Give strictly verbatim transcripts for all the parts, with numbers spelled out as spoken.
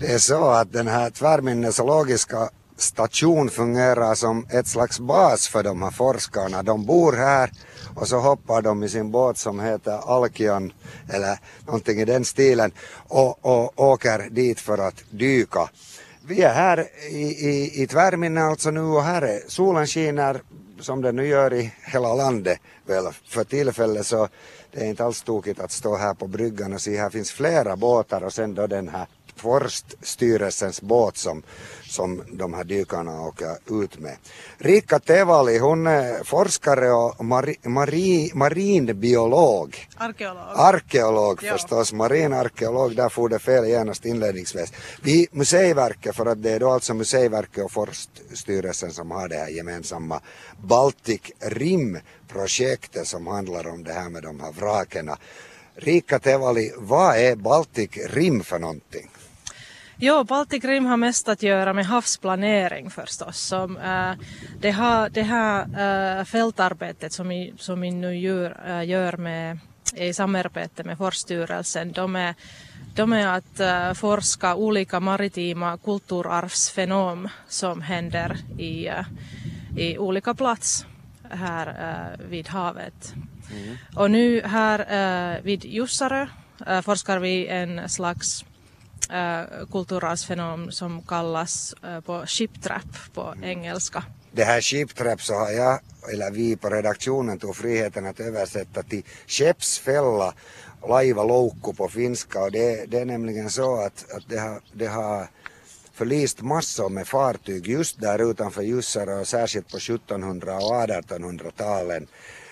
Det är så att den här tvärminnesologiska station fungerar som ett slags bas för de här forskarna. De bor här och så hoppar de i sin båt som heter Alkion eller någonting i den stilen och, och åker dit för att dyka. Vi är här i, i, i tvärminne alltså nu och här är solen skiner som det nu gör i hela landet väl för tillfället, så det är inte alls tokigt att stå här på bryggan och se här finns flera båtar och sen då den här Forststyrelsens båt som, som de här dykarna åker ut med. Riikka Tevali, hon är forskare och mari, mari, marinbiolog. Arkeolog. Arkeolog Ja. förstås, marinarkeolog, där får det fel genast inledningsvis. Vi Museiverket, för att det är då alltså Museiverket och Forststyrelsen som har det här gemensamma Baltic Rim-projektet som handlar om det här med de här vrakerna. Riikka Tevali, vad är Baltic Rim för någonting? Jo, Baltic Rim har mest att göra med havsplanering förstås. Som, äh, det, har, det här äh, fältarbetet som vi, som vi nu gör, äh, gör med, i samarbete med Forststyrelsen, de är, de är att äh, forska olika maritima kulturarvsfenom som händer i, äh, i olika plats här äh, vid havet. Mm. Och nu här äh, vid Jussarö äh, forskar vi en slags äh, kulturarvsfenom som kallas äh, på ship trap på engelska. Det här ship trap så har jag, eller vi på redaktionen tog friheten att översätta till skeppsfälla, laivaloukku på finska, och det, det är nämligen så att, att det har, det har förlist massor med fartyg just där utanför Jussarö och särskilt på sjuttonhundra- och artonhundratalen.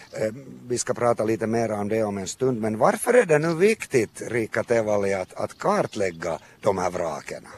Vi ska prata lite mer om det om en stund, men varför är det nu viktigt, Riikka Tevali, att, att kartlägga de här vrakerna?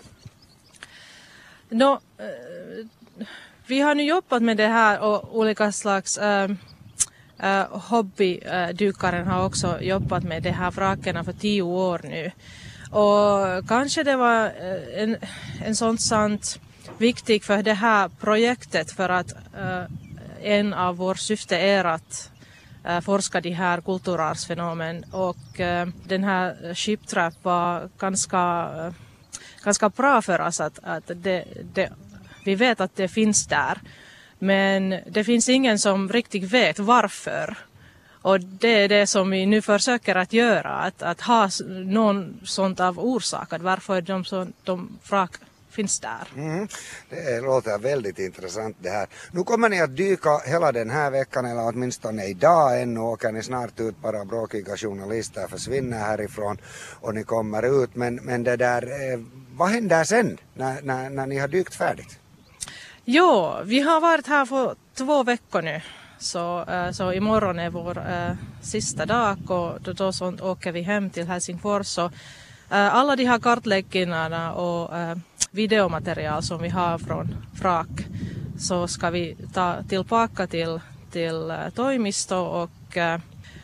No, äh, vi har nu jobbat med det här och olika slags äh, äh, hobbydykaren har också jobbat med det här vrakerna för tio år nu. Och kanske det var äh, en, en sånt sant viktigt för det här projektet för att äh, en av vår syfte är att äh, forska de här kulturarvsfenomen och äh, den här ship trap var ganska, äh, ganska bra för oss att, att det, det, vi vet att det finns där, men det finns ingen som riktigt vet varför. Och det är det som vi nu försöker att göra, att, att ha någon sånt av orsak, att varför de, så, de vrak finns där. Mm, det låter väldigt intressant det här. Nu kommer ni att dyka hela den här veckan, eller åtminstone idag ännu åker ni snart ut, bara bråkiga journalister försvinner härifrån och ni kommer ut. Men, men det där, eh, vad händer sen när, när, när ni har dykt färdigt? Jo, vi har varit här för två veckor nu. Så, äh, så imorgon är vår äh, sista dag och då, då så åker vi hem till Helsingfors. Så, äh, alla de här kartläggningarna och äh, videomaterial som vi har från vrak så ska vi ta tillbaka till, till äh, toimisto och äh,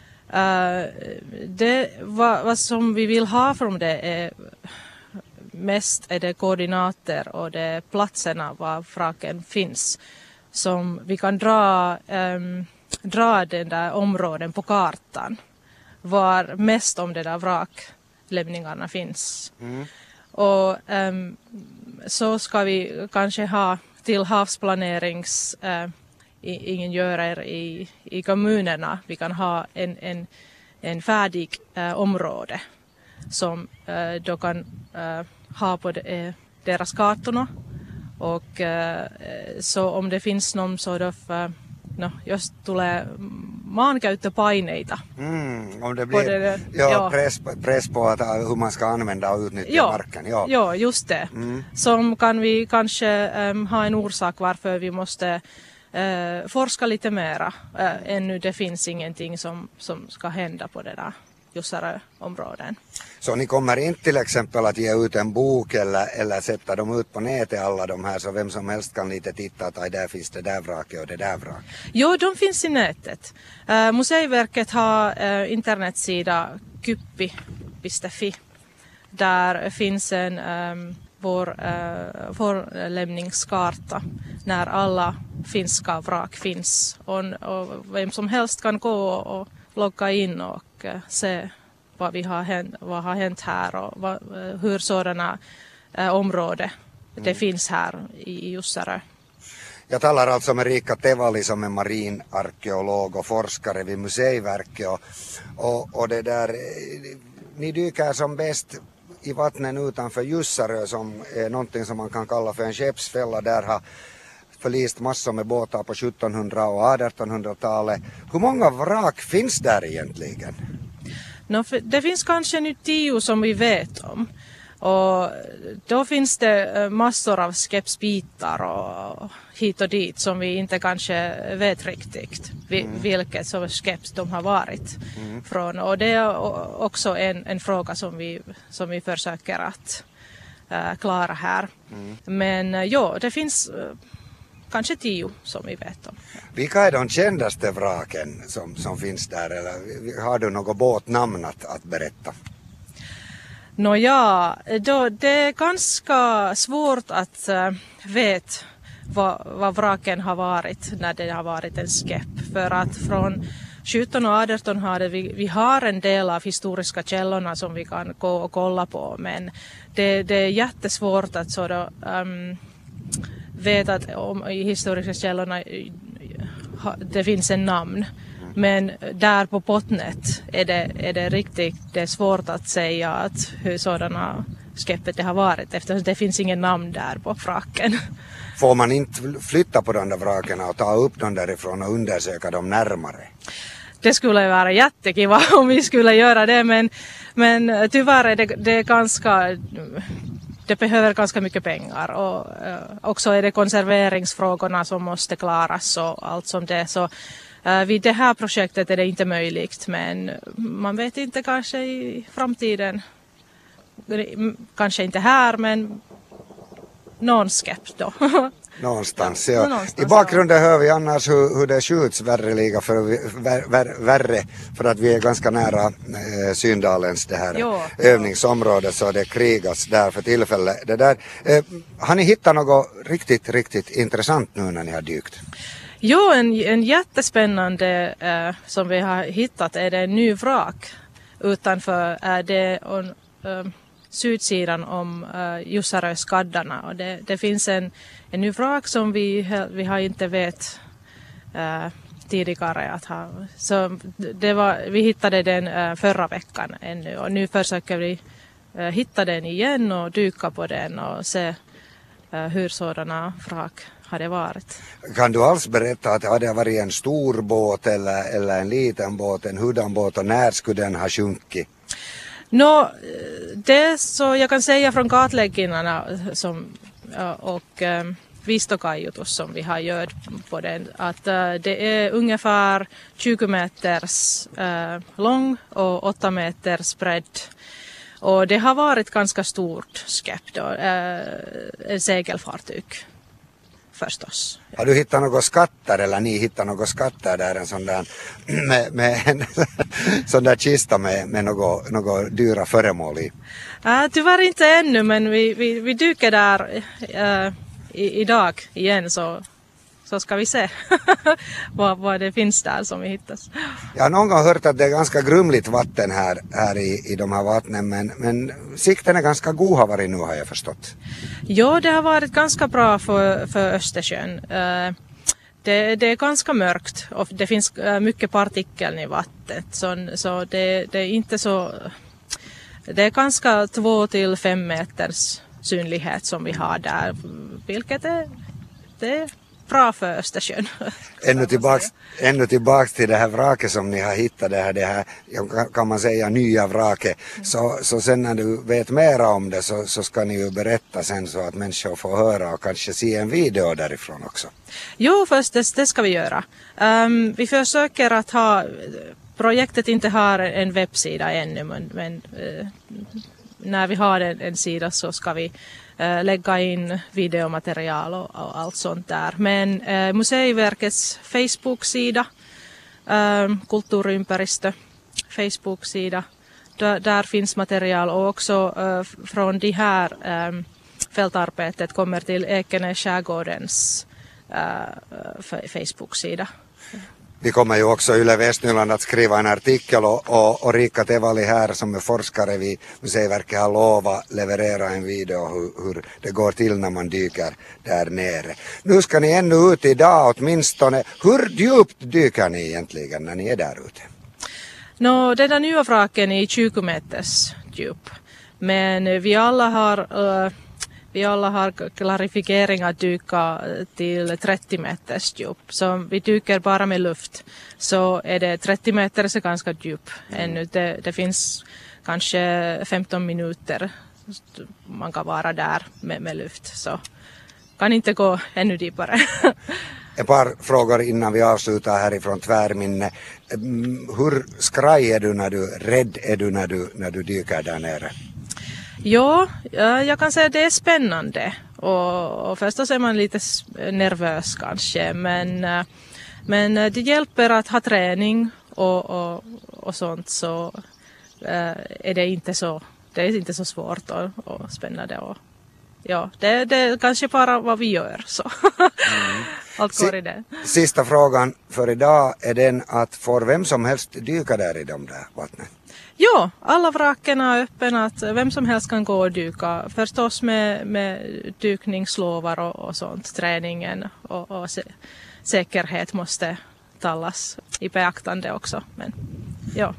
det, vad, vad som vi vill ha från det är mest är det koordinater och det är platserna var vraken finns. Som vi kan dra, um, dra den där områden på kartan var mest om det där vraklämningarna finns. Mm. Och um, så ska vi kanske ha till havsplanerings uh, ingenjörer i, i kommunerna. Vi kan ha en, en, en färdig uh, område som uh, då kan uh, ha på de, uh, deras kartorna. Och äh, så om det finns någon sort of, äh, no, jos tulee maankäyttöpaineita. Mm, om det blir det, ja, ja. Press, press på att, hur man ska använda och utnyttja ja, marken. Ja. ja, just det. Mm. Som kan vi kanske ähm, ha en orsak varför vi måste äh, forska lite mera. Äh, ännu det finns ingenting som, som ska hända på det där Jussarö-områden. Så ni kommer inte till exempel att ge ut en bok eller, eller sätta dem ut på nätet alla de här så vem som helst kan lite titta att aj, där finns det där vraket och det där vraket? Jo, de finns i nätet. Uh, Museiverket har uh, internetsida kyppi piste fi. Där finns en um, vår uh, förlämningskarta när alla finska vrak finns. Och, och vem som helst kan gå och logga in och uh, se vad, vi har hänt, vad har hänt här och vad, hur sådana äh, område. Mm. Det finns här i Jussarö. Jag talar alltså med Rika Tevali som är marinarkeolog och forskare vid Museiverket och, och, och det där, ni dyker som bäst i vattnen utanför Jussarö som är någonting som man kan kalla för en skeppsfälla. Där har förlist massor med båtar på sjuttonhundra- och artonhundratalet. Hur många vrak finns där egentligen? No, det finns kanske nu tio som vi vet om. Och då finns det massor av skeppsbitar och hit och dit som vi inte kanske vet riktigt mm. vilket som skepp de har varit mm. från. Och det är också en, en fråga som vi, som vi försöker att äh, klara här. Mm. Men äh, ja, det finns äh, kanske tio som vi vet om. Vilka är de kändaste vraken som, som finns där? Eller har du något båtnamn att, att berätta? Nåja, då det är ganska svårt att äh, veta vad, vad vraken har varit när det har varit en skepp. För att från sjutton och arton har det, vi, vi har en del av historiska källorna som vi kan gå och kolla på. Men det, det är jättesvårt att så då, um, veta att om, i historiska källorna det finns en namn. Men där på bottnet är det, är det riktigt det är svårt att säga att hur sådana skeppet det har varit eftersom det finns ingen namn där på vraken. Får man inte flytta på de där vraken och ta upp dem därifrån och undersöka dem närmare? Det skulle vara jättekiva om vi skulle göra det men, men tyvärr är det, det är ganska... Det behöver ganska mycket pengar och uh, också är det konserveringsfrågorna som måste klaras och allt som det. Så uh, vid det här projektet är det inte möjligt men man vet inte kanske i framtiden. Kanske inte här men någon skepp då. Någonstans, ja. Någonstans, I bakgrunden ja. Hör vi annars hur, hur det skjuts värreliga för, vär, vär, värre för att vi är ganska nära eh, Syndalens det här jo, övningsområdet så det krigas där för tillfället. Det där, eh, har ni hittat något riktigt, riktigt intressant nu när ni har dykt? Jo, en, en jättespännande eh, som vi har hittat är det en ny vrak utanför eh, det on, eh, sydsidan om uh, Jussarö-skaddarna och det, det finns en, en ny vrak som vi, vi har inte vet uh, tidigare att ha. Så det var, vi hittade den uh, förra veckan ännu och nu försöker vi uh, hitta den igen och dyka på den och se uh, hur sådana vrak har det varit. Kan du alls berätta att har det varit en stor båt eller, eller en liten båt, en hurdan båt och när skulle den ha sjunkit? Nå, det så jag kan säga från kartläggningarna som, och um, vistokaiutus som vi har gjort på den att uh, det är ungefär tjugo meters uh, lång och åtta meters bredd. Och det har varit ganska stort skepp då, uh, en segelfartyg. Förstås. Har du hittat några skatter eller ni hittat några skatter där en sån där med, med en sån där kista med, med några, några dyra föremål i? Uh, tyvärr inte ännu men vi, vi, vi dyker där uh, i, idag igen så, så ska vi se vad, vad det finns där som vi hittas. Jag har någon gång hört att det är ganska grumligt vatten här, här i, i de här vattnen men, men sikten är ganska god har varit nu har jag förstått. Ja, det har varit ganska bra för, för Östersjön. Uh, det, det är ganska mörkt och det finns uh, mycket partikeln i vattnet så, så det, det är inte så... Det är ganska två till fem meters synlighet som vi har där vilket är... Det är bra för Östersjön. Ännu tillbaks, ännu tillbaks till det här vraket som ni har hittat, det här, det här kan man säga nya vraket. Så, så sen när du vet mera om det så, så ska ni ju berätta sen så att människor får höra och kanske se en video därifrån också. Jo, först det, det ska vi göra. Um, vi försöker att ha, projektet inte har en webbsida ännu men, men uh, när vi har en, en sida så ska vi Uh, lägga in videomaterial och, och allt sånt där. Men uh, Museiverkets Facebook-sida, uh, kulturympäristö Facebook-sida, där, där finns material och också uh, från det här um, fältarbetet kommer till Ekenäs skärgårdens uh, Facebook-sida. Vi kommer ju också i Yle Västnyland att skriva en artikel och, och, och Rika Tevali här som är forskare vid Museiverket har lovat leverera en video hur, hur det går till när man dyker där nere. Nu ska ni ännu ut idag åtminstone. Hur djupt dyker ni egentligen när ni är där ute? No, den där nya vraken är tjugo meters djup. Men vi alla har... Uh, Vi alla har klarifikering att dyka till trettio meters djup. Så om vi dyker bara med luft så är det trettio meter så ganska djup. Ännu det, det finns kanske femton minuter man kan vara där med, med luft. Så kan inte gå ännu djupare. Ett par frågor innan vi avslutar härifrån Tvärminne. Hur skraj är du när du, rädd är du när du, när du dyker där nere? Ja, jag kan säga att det är spännande och, och förstås är man lite nervös kanske men, men det hjälper att ha träning och, och, och sånt så är det inte så, det är inte så svårt och, och spännande och ja, det, det är kanske bara vad vi gör så mm. Allt går i det. Sista frågan för idag är den att får vem som helst dyka där i de där vattnen? Ja, alla vraken är öppna att vem som helst kan gå och dyka. Förstås med, med dykningslovar och, och sånt. Träningen och, och sä- säkerhet måste tallas i beaktande också. Men, ja.